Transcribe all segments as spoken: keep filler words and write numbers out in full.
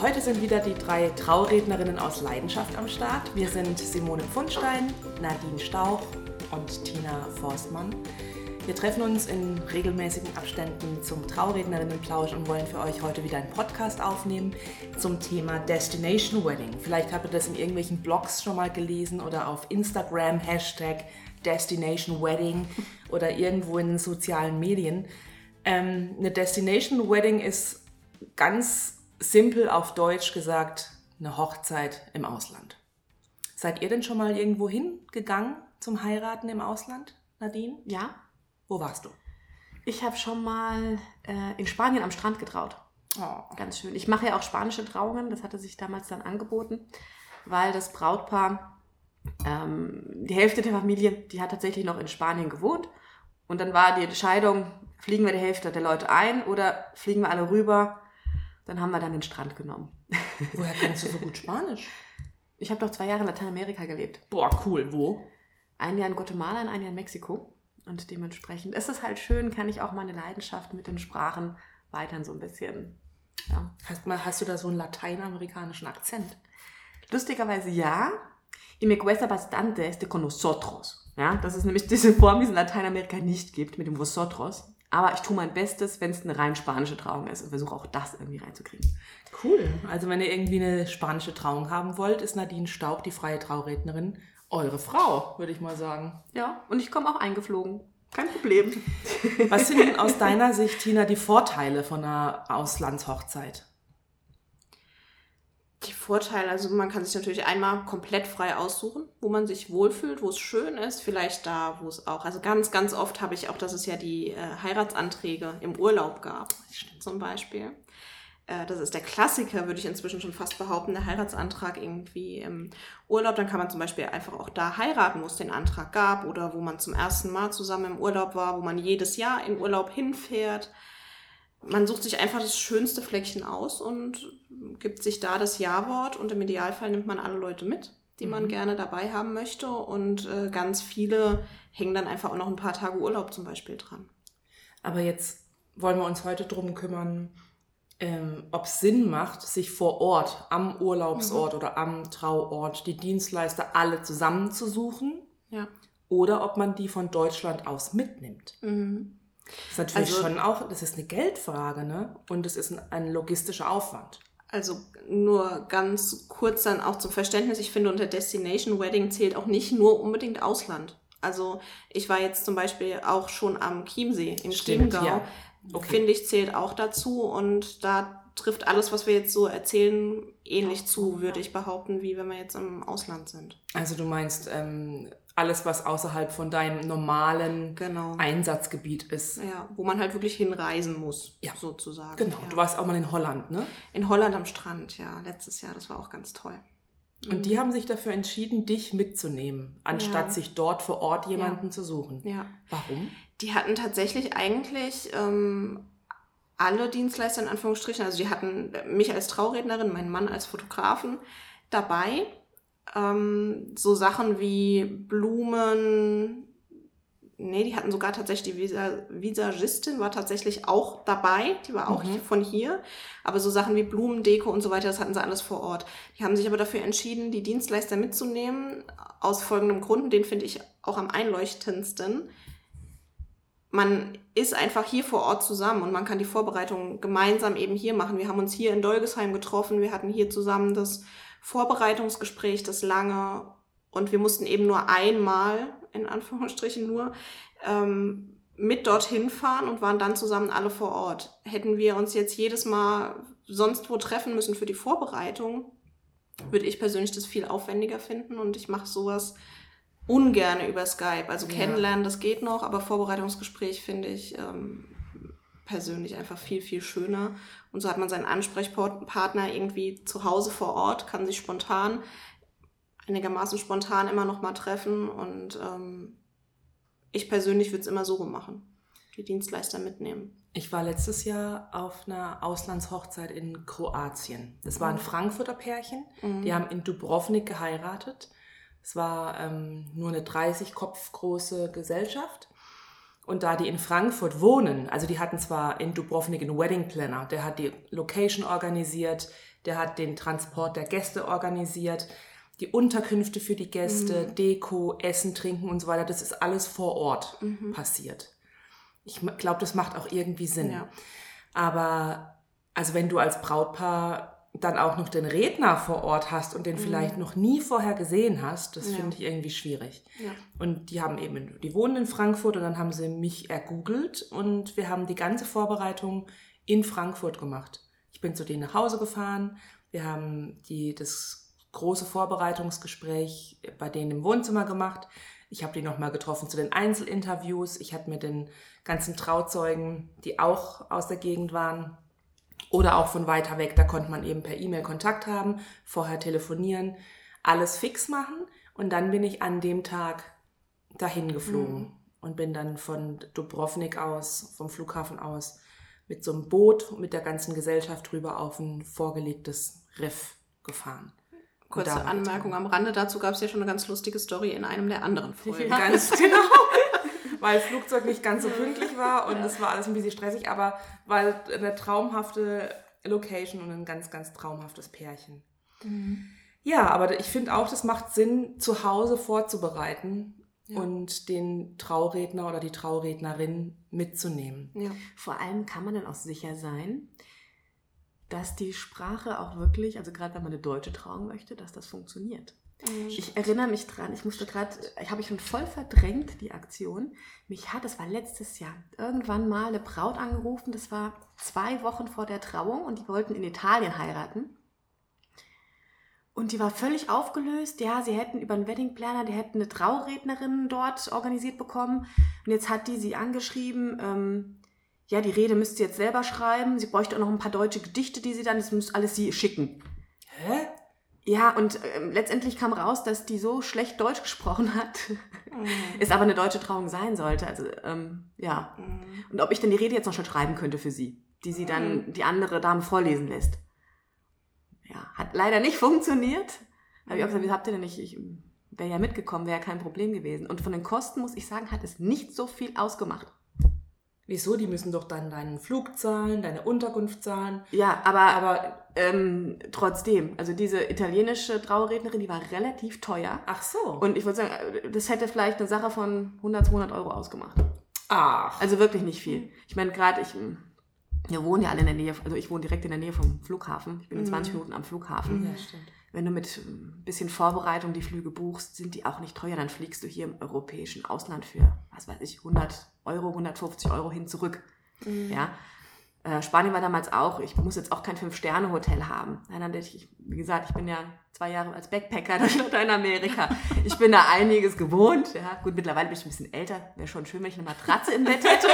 Heute sind wieder die drei Traurednerinnen aus Leidenschaft am Start. Wir sind Simone Pfundstein, Nadine Stauch und Tina Forstmann. Wir treffen uns in regelmäßigen Abständen zum Traurednerinnenplausch und wollen für euch heute wieder einen Podcast aufnehmen zum Thema Destination Wedding. Vielleicht habt ihr das in irgendwelchen Blogs schon mal gelesen oder auf Instagram, Hashtag Destination Wedding oder irgendwo in den sozialen Medien. Ähm, eine Destination Wedding ist ganz simpel auf Deutsch gesagt eine Hochzeit im Ausland. Seid ihr denn schon mal irgendwo hingegangen zum Heiraten im Ausland, Nadine? Ja. Wo warst du? Ich habe schon mal äh, in Spanien am Strand getraut. Oh. Ganz schön. Ich mache ja auch spanische Trauungen. Das hatte sich damals dann angeboten, weil das Brautpaar, ähm, die Hälfte der Familie, die hat tatsächlich noch in Spanien gewohnt. Und dann war die Entscheidung, fliegen wir die Hälfte der Leute ein oder fliegen wir alle rüber? Dann haben wir dann den Strand genommen. Woher kennst du so gut Spanisch? Ich habe doch zwei Jahre in Lateinamerika gelebt. Boah, cool. Wo? Ein Jahr in Guatemala und ein Jahr in Mexiko. Und dementsprechend ist es halt schön, kann ich auch meine Leidenschaft mit den Sprachen weitern so ein bisschen. Ja. Hast, hast du da so einen lateinamerikanischen Akzent? Lustigerweise ja. Y me cuesta bastante este con nosotros. Ja, das ist nämlich diese Form, die es in Lateinamerika nicht gibt, mit dem vosotros. Aber ich tue mein Bestes, wenn es eine rein spanische Trauung ist und versuche auch das irgendwie reinzukriegen. Cool. Also wenn ihr irgendwie eine spanische Trauung haben wollt, ist Nadine Stauch, die freie Traurednerin, eure Frau, würde ich mal sagen. Ja, und ich komme auch eingeflogen. Kein Problem. Was sind denn aus deiner Sicht, Tina, die Vorteile von einer Auslandshochzeit? Die Vorteile, also man kann sich natürlich einmal komplett frei aussuchen, wo man sich wohlfühlt, wo es schön ist, vielleicht da, wo es auch, also ganz, ganz oft habe ich auch, dass es ja die äh, Heiratsanträge im Urlaub gab, zum Beispiel. Äh, das ist der Klassiker, würde ich inzwischen schon fast behaupten, der Heiratsantrag irgendwie im Urlaub. Dann kann man zum Beispiel einfach auch da heiraten, wo es den Antrag gab oder wo man zum ersten Mal zusammen im Urlaub war, wo man jedes Jahr in Urlaub hinfährt. Man sucht sich einfach das schönste Fleckchen aus und gibt sich da das Ja-Wort und im Idealfall nimmt man alle Leute mit, die mhm. man gerne dabei haben möchte und äh, ganz viele hängen dann einfach auch noch ein paar Tage Urlaub zum Beispiel dran. Aber jetzt wollen wir uns heute drum kümmern, ähm, ob es Sinn macht, sich vor Ort, am Urlaubsort mhm. oder am Trauort die Dienstleister alle zusammenzusuchen ja. oder ob man die von Deutschland aus mitnimmt. Mhm. Das ist natürlich also, schon auch, das ist eine Geldfrage, ne? Und es ist ein, ein logistischer Aufwand. Also nur ganz kurz dann auch zum Verständnis, ich finde unter Destination Wedding zählt auch nicht nur unbedingt Ausland. Also ich war jetzt zum Beispiel auch schon am Chiemsee in Stimmt, Chiemgau, ja. Okay. Finde ich zählt auch dazu und da trifft alles, was wir jetzt so erzählen, ähnlich zu, würde ich behaupten, wie wenn wir jetzt im Ausland sind. Also du meinst ähm, alles, was außerhalb von deinem normalen genau. Einsatzgebiet ist. Ja, wo man halt wirklich hinreisen muss, ja. sozusagen. Genau, ja. Du warst auch mal in Holland, ne? In Holland am Strand, ja, letztes Jahr, das war auch ganz toll. Und die haben sich dafür entschieden, dich mitzunehmen, anstatt ja. sich dort vor Ort jemanden ja. zu suchen. Ja. Warum? Die hatten tatsächlich eigentlich ähm, alle Dienstleister in Anführungsstrichen, also die hatten mich als Traurednerin, meinen Mann als Fotografen dabei. Ähm, so Sachen wie Blumen, nee, die hatten sogar tatsächlich die Visa- Visagistin war tatsächlich auch dabei, die war auch mhm. von hier, aber so Sachen wie Blumendeko und so weiter, das hatten sie alles vor Ort. Die haben sich aber dafür entschieden, die Dienstleister mitzunehmen, aus folgendem Grund, den finde ich auch am einleuchtendsten. Man ist einfach hier vor Ort zusammen und man kann die Vorbereitungen gemeinsam eben hier machen. Wir haben uns hier in Dolgesheim getroffen, wir hatten hier zusammen das Vorbereitungsgespräch, das lange, und wir mussten eben nur einmal, in Anführungsstrichen nur, ähm, mit dorthin fahren und waren dann zusammen alle vor Ort. Hätten wir uns jetzt jedes Mal sonst wo treffen müssen für die Vorbereitung, würde ich persönlich das viel aufwendiger finden und ich mache sowas ungern über Skype. Also ja. kennenlernen, das geht noch, aber Vorbereitungsgespräch finde ich ähm, persönlich einfach viel, viel schöner. Und so hat man seinen Ansprechpartner irgendwie zu Hause vor Ort, kann sich spontan, einigermaßen spontan immer noch mal treffen. Und ähm, ich persönlich würde es immer so machen, die Dienstleister mitnehmen. Ich war letztes Jahr auf einer Auslandshochzeit in Kroatien. Das war ein Frankfurter Pärchen, mhm. die haben in Dubrovnik geheiratet. Es war ähm, nur eine dreißig Kopf große Gesellschaft. Und da die in Frankfurt wohnen, also die hatten zwar in Dubrovnik einen Wedding Planner, der hat die Location organisiert, der hat den Transport der Gäste organisiert, die Unterkünfte für die Gäste, mhm. Deko, Essen, Trinken und so weiter. Das ist alles vor Ort mhm. passiert. Ich glaube, das macht auch irgendwie Sinn. Ja. Aber also wenn du als Brautpaar dann auch noch den Redner vor Ort hast und den mhm. vielleicht noch nie vorher gesehen hast, das ja. finde ich irgendwie schwierig. Ja. Und die haben eben, die wohnen in Frankfurt und dann haben sie mich ergoogelt und wir haben die ganze Vorbereitung in Frankfurt gemacht. Ich bin zu denen nach Hause gefahren, wir haben die, das große Vorbereitungsgespräch bei denen im Wohnzimmer gemacht. Ich habe die nochmal getroffen zu den Einzelinterviews. Ich habe mit den ganzen Trauzeugen, die auch aus der Gegend waren, oder auch von weiter weg, da konnte man eben per E-Mail Kontakt haben, vorher telefonieren, alles fix machen und dann bin ich an dem Tag dahin geflogen mhm. und bin dann von Dubrovnik aus, vom Flughafen aus, mit so einem Boot mit der ganzen Gesellschaft drüber auf ein vorgelegtes Riff gefahren. Kurze Anmerkung am Rande, dazu gab es ja schon eine ganz lustige Story in einem der anderen Folgen. Ja. Ganz genau. Weil das Flugzeug nicht ganz so pünktlich war und es war alles ein bisschen stressig, aber weil eine traumhafte Location und ein ganz, ganz traumhaftes Pärchen. Mhm. Ja, aber ich finde auch, das macht Sinn, zu Hause vorzubereiten ja. und den Trauredner oder die Traurednerin mitzunehmen. Ja. Vor allem kann man dann auch sicher sein, dass die Sprache auch wirklich, also gerade wenn man eine deutsche Trauung möchte, dass das funktioniert. Ich erinnere mich dran, ich musste gerade, ich habe ich schon voll verdrängt, die Aktion. Mich hat, das war letztes Jahr, irgendwann mal eine Braut angerufen, das war zwei Wochen vor der Trauung und die wollten in Italien heiraten. Und die war völlig aufgelöst, ja, sie hätten über einen Weddingplaner, die hätten eine Traurednerin dort organisiert bekommen. Und jetzt hat die sie angeschrieben, ähm, ja, die Rede müsst ihr jetzt selber schreiben, sie bräuchte auch noch ein paar deutsche Gedichte, die sie dann, das müsst alles sie schicken. Hä? Ja, und äh, letztendlich kam raus, dass die so schlecht Deutsch gesprochen hat, mm. es aber eine deutsche Trauung sein sollte. Also, ähm, ja. Mm. Und ob ich denn die Rede jetzt noch schon schreiben könnte für sie, die sie dann mm. die andere Dame vorlesen lässt. Ja, hat leider nicht funktioniert. Da habe ich auch gesagt, wie habt ihr denn nicht? Ich wäre ja mitgekommen, wäre ja kein Problem gewesen. Und von den Kosten, muss ich sagen, hat es nicht so viel ausgemacht. Wieso? Die müssen doch dann deinen Flug zahlen, deine Unterkunft zahlen. Ja, aber, aber ähm, trotzdem, also diese italienische Traurednerin, die war relativ teuer. Ach so. Und ich würde sagen, das hätte vielleicht eine Sache von hundert, zweihundert Euro ausgemacht. Ach. Also wirklich nicht viel. Ich meine, gerade ich, wir wohnen ja alle in der Nähe, also ich wohne direkt in der Nähe vom Flughafen. Ich bin in zwanzig Minuten am Flughafen. Ja, stimmt. Wenn du mit ein bisschen Vorbereitung die Flüge buchst, sind die auch nicht teuer. Dann fliegst du hier im europäischen Ausland für, was weiß ich, hundert Euro, hundertfünfzig Euro hin zurück. Mhm. Ja. Äh, Spanien war damals auch, ich muss jetzt auch kein Fünf-Sterne-Hotel haben. Nein, dann ich, wie gesagt, ich bin ja zwei Jahre als Backpacker durch Lateinamerika. Ich bin da einiges gewohnt. Ja. Gut, mittlerweile bin ich ein bisschen älter. Wäre schon schön, wenn ich eine Matratze im Bett hätte.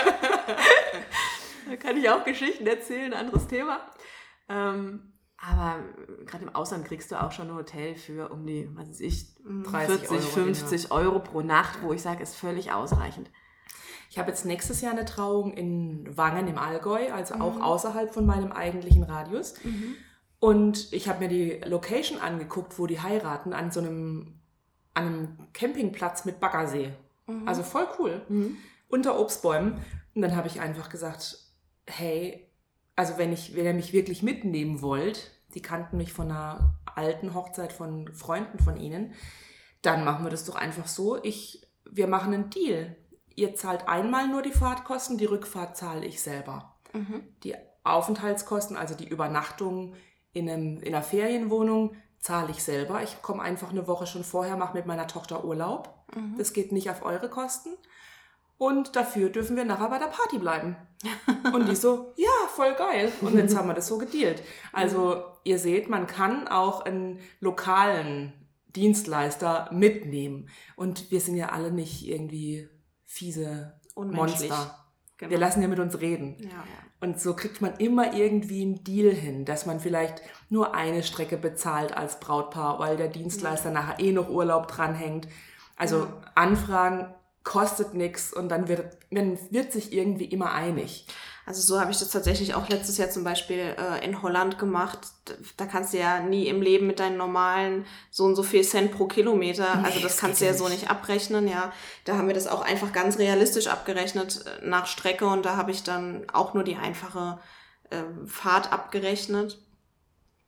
Da kann ich auch Geschichten erzählen, anderes Thema. Ähm, Aber gerade im Ausland kriegst du auch schon ein Hotel für um die, was weiß ich, vierzig, Euro, fünfzig Euro pro Nacht, wo ich sage, ist völlig ausreichend. Ich habe jetzt nächstes Jahr eine Trauung in Wangen im Allgäu, also mhm. auch außerhalb von meinem eigentlichen Radius. Mhm. Und ich habe mir die Location angeguckt, wo die heiraten, an so einem, an einem Campingplatz mit Baggersee. Mhm. Also voll cool. Mhm. Unter Obstbäumen. Und dann habe ich einfach gesagt, hey, also wenn, ich, wenn ihr mich wirklich mitnehmen wollt, die kannten mich von einer alten Hochzeit von Freunden von ihnen, dann machen wir das doch einfach so, ich, wir machen einen Deal. Ihr zahlt einmal nur die Fahrtkosten, die Rückfahrt zahle ich selber. Mhm. Die Aufenthaltskosten, also die Übernachtung in, einem, in einer Ferienwohnung, zahle ich selber. Ich komme einfach eine Woche schon vorher, mache mit meiner Tochter Urlaub. Mhm. Das geht nicht auf eure Kosten. Und dafür dürfen wir nachher bei der Party bleiben. Und die so, ja, voll geil. Und jetzt haben wir das so gedealt. Also ihr seht, man kann auch einen lokalen Dienstleister mitnehmen. Und wir sind ja alle nicht irgendwie fiese Monster. Genau. Wir lassen ja mit uns reden. Ja, ja. Und so kriegt man immer irgendwie einen Deal hin, dass man vielleicht nur eine Strecke bezahlt als Brautpaar, weil der Dienstleister ja. nachher eh noch Urlaub dranhängt. Also ja. Anfragen kostet nichts und dann wird, man wird sich irgendwie immer einig. Also so habe ich das tatsächlich auch letztes Jahr zum Beispiel äh, in Holland gemacht. Da kannst du ja nie im Leben mit deinen normalen so und so viel Cent pro Kilometer, nee, also das kannst du ja nicht. so nicht abrechnen. Ja, da haben wir das auch einfach ganz realistisch abgerechnet nach Strecke und da habe ich dann auch nur die einfache äh, Fahrt abgerechnet.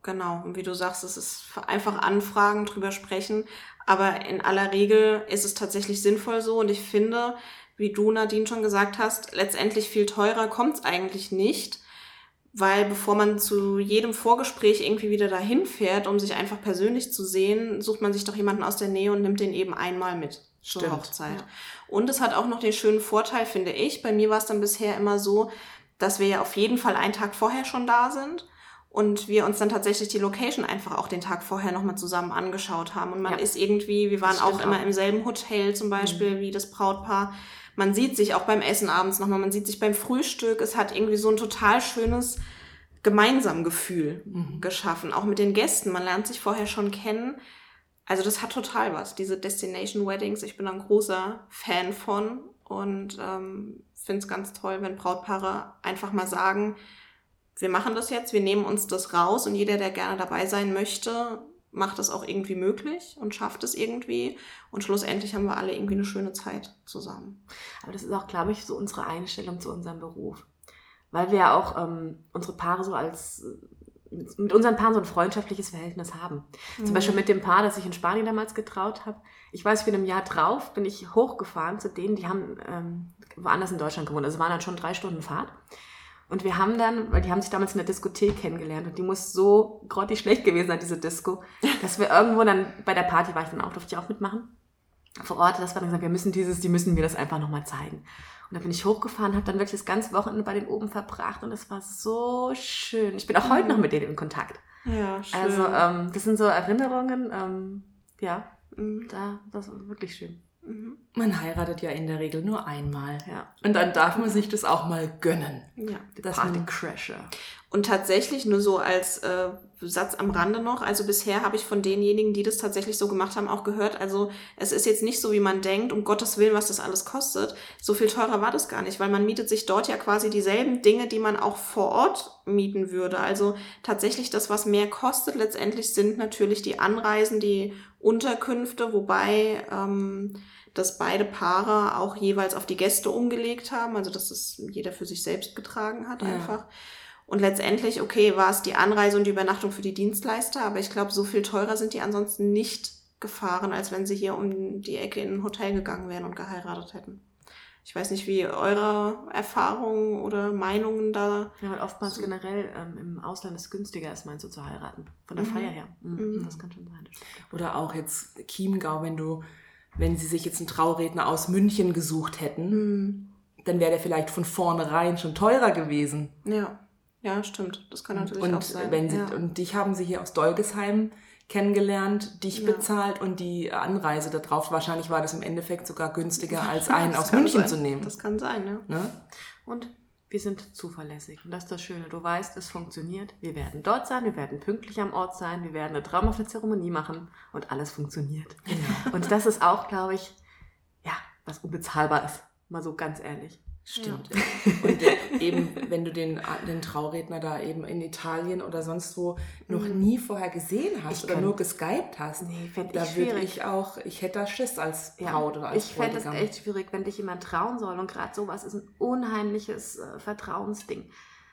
Genau. Und wie du sagst, es ist einfach anfragen, drüber sprechen. Aber in aller Regel ist es tatsächlich sinnvoll so. Und ich finde, wie du, Nadine, schon gesagt hast, letztendlich viel teurer kommt es eigentlich nicht. Weil bevor man zu jedem Vorgespräch irgendwie wieder dahin fährt, um sich einfach persönlich zu sehen, sucht man sich doch jemanden aus der Nähe und nimmt den eben einmal mit zur Stimmt. Hochzeit. Ja. Und es hat auch noch den schönen Vorteil, finde ich. Bei mir war es dann bisher immer so, dass wir ja auf jeden Fall einen Tag vorher schon da sind und wir uns dann tatsächlich die Location einfach auch den Tag vorher nochmal zusammen angeschaut haben. Und man Ja. ist irgendwie, wir waren Das auch stimmt immer auch. im selben Hotel zum Beispiel, mhm. wie das Brautpaar. Man sieht sich auch beim Essen abends nochmal, man sieht sich beim Frühstück. Es hat irgendwie so ein total schönes gemeinsam Gefühl mhm. geschaffen, auch mit den Gästen. Man lernt sich vorher schon kennen. Also das hat total was, diese Destination Weddings. Ich bin ein großer Fan von und ähm, finde es ganz toll, wenn Brautpaare einfach mal sagen, wir machen das jetzt, wir nehmen uns das raus und jeder, der gerne dabei sein möchte, macht das auch irgendwie möglich und schafft es irgendwie. Und schlussendlich haben wir alle irgendwie eine schöne Zeit zusammen. Aber das ist auch, glaube ich, so unsere Einstellung zu unserem Beruf. Weil wir ja auch ähm, unsere Paare so als, mit, mit unseren Paaren so ein freundschaftliches Verhältnis haben. Mhm. Zum Beispiel mit dem Paar, das ich in Spanien damals getraut habe. Ich weiß, ich bin im Jahr drauf, bin ich hochgefahren zu denen, die haben ähm, woanders in Deutschland gewohnt. Also waren dann schon drei Stunden Fahrt. Und wir haben dann, weil die haben sich damals in der Diskothek kennengelernt und die muss so grottig schlecht gewesen sein, diese Disco, dass wir irgendwo dann, bei der Party war ich dann auch, durfte ich auch mitmachen, vor Ort, dass wir dann gesagt, wir müssen dieses, die müssen mir das einfach nochmal zeigen. Und dann bin ich hochgefahren, habe dann wirklich das ganze Wochenende bei denen oben verbracht und es war so schön. Ich bin auch heute noch mit denen in Kontakt. Ja, schön. Also ähm, das sind so Erinnerungen, ähm, ja, mhm. da, das ist wirklich schön. Mhm. Man heiratet ja in der Regel nur einmal. Ja. Und dann darf man sich das auch mal gönnen. Ja, das Partycrasher. Und tatsächlich nur so als äh, Satz am Rande noch, also bisher habe ich von denjenigen, die das tatsächlich so gemacht haben, auch gehört, also es ist jetzt nicht so, wie man denkt, um Gottes Willen, was das alles kostet. So viel teurer war das gar nicht, weil man mietet sich dort ja quasi dieselben Dinge, die man auch vor Ort mieten würde. Also tatsächlich das, was mehr kostet letztendlich, sind natürlich die Anreisen, die Unterkünfte, wobei ähm, dass beide Paare auch jeweils auf die Gäste umgelegt haben, also dass das jeder für sich selbst getragen hat einfach. Ja. Und letztendlich, okay, war es die Anreise und die Übernachtung für die Dienstleister, aber ich glaube, so viel teurer sind die ansonsten nicht gefahren, als wenn sie hier um die Ecke in ein Hotel gegangen wären und geheiratet hätten. Ich weiß nicht, wie eure Erfahrungen oder Meinungen da... Ja, weil oftmals so generell ähm, im Ausland es günstiger ist, meinst du, zu heiraten. Von der mhm. Feier her. Mhm. Mhm. Das kann schon sein. Oder auch jetzt Chiemgau, wenn du, wenn sie sich jetzt einen Trauredner aus München gesucht hätten, mhm. dann wäre der vielleicht von vornherein schon teurer gewesen. Ja. Ja, stimmt. Das kann natürlich und auch sein. Wenn sie, ja. Und dich haben sie hier aus Dolgesheim kennengelernt, dich ja. bezahlt und die Anreise da drauf. Wahrscheinlich war das im Endeffekt sogar günstiger, als einen das aus München sein. zu nehmen. Das kann sein, ja. Ne? Und wir sind zuverlässig. Und das ist das Schöne. Du weißt, es funktioniert. Wir werden dort sein, wir werden pünktlich am Ort sein, wir werden eine traumhafte Zeremonie machen und alles funktioniert. Genau. Und das ist auch, glaube ich, ja, was unbezahlbar ist. Mal so ganz ehrlich. Stimmt. Ja. Und eben, wenn du den, den Trauredner da eben in Italien oder sonst wo noch mhm. nie vorher gesehen hast ich oder nur geskypt hast, nee, da ich würde ich auch, ich hätte da Schiss als Braut ja, oder als Ich fände es echt schwierig, wenn dich jemand trauen soll und gerade sowas ist ein unheimliches äh, Vertrauensding.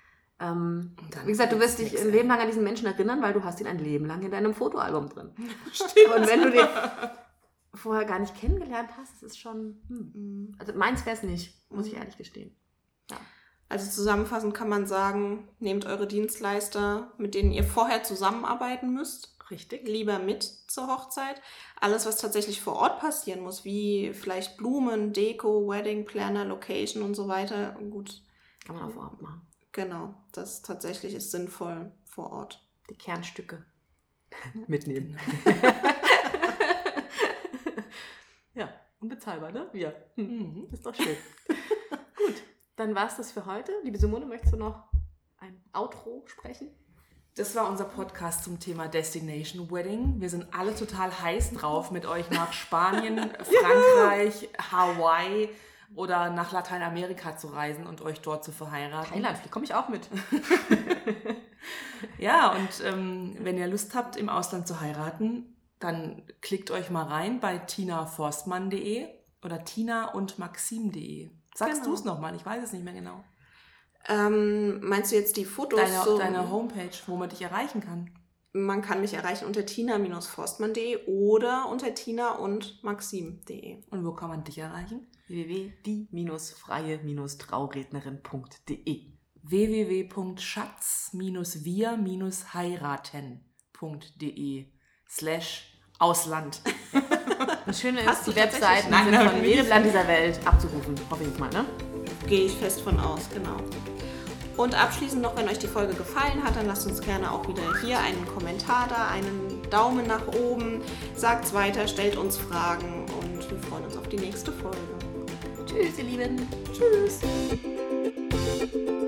Ähm, wie gesagt, du wirst dich ein Leben lang an diesen Menschen erinnern, weil du hast ihn ein Leben lang in deinem Fotoalbum drin. Stimmt. Und wenn du den vorher gar nicht kennengelernt hast, das ist schon, hm. also meins wäre es nicht, muss ich ehrlich gestehen. Ja. Also zusammenfassend kann man sagen, nehmt eure Dienstleister, mit denen ihr vorher zusammenarbeiten müsst, richtig, lieber mit zur Hochzeit. Alles, was tatsächlich vor Ort passieren muss, wie vielleicht Blumen, Deko, Wedding Planner, Location und so weiter, gut. Kann man auch vor Ort machen. Genau, das tatsächlich ist sinnvoll vor Ort. Die Kernstücke mitnehmen. Ja, unbezahlbar, ne? Ja. Mhm. Ist doch schön. Gut, dann war's das für heute. Liebe Simone, möchtest du noch ein Outro sprechen? Das war unser Podcast zum Thema Destination Wedding. Wir sind alle total heiß drauf, mit euch nach Spanien, Frankreich, Hawaii oder nach Lateinamerika zu reisen und euch dort zu verheiraten. Thailand, vielleicht komme ich auch mit. Ja, und ähm, wenn ihr Lust habt, im Ausland zu heiraten, dann klickt euch mal rein bei tina forstmann punkt de oder tina und maxim punkt de. Sagst genau. du es nochmal? Ich weiß es nicht mehr genau. Ähm, meinst du jetzt die Fotos? Deine, so? deine Homepage, wo man dich erreichen kann. Man kann mich erreichen unter tina Bindestrich forstmann punkt de oder unter tina und maxim punkt de. Und wo kann man dich erreichen? w w w punkt die freie Traurednerin punkt de w w w punkt schatz wir heiraten punkt de slash Ausland. Das Schöne Hast ist, du die Webseiten Nein, sind nein, von nein. jedem Land dieser Welt abzurufen. Hoffe ich mal, ne? Gehe ich fest von aus, genau. Und abschließend noch, wenn euch die Folge gefallen hat, dann lasst uns gerne auch wieder hier einen Kommentar da, einen Daumen nach oben, sagt's weiter, stellt uns Fragen und wir freuen uns auf die nächste Folge. Tschüss, ihr Lieben. Tschüss!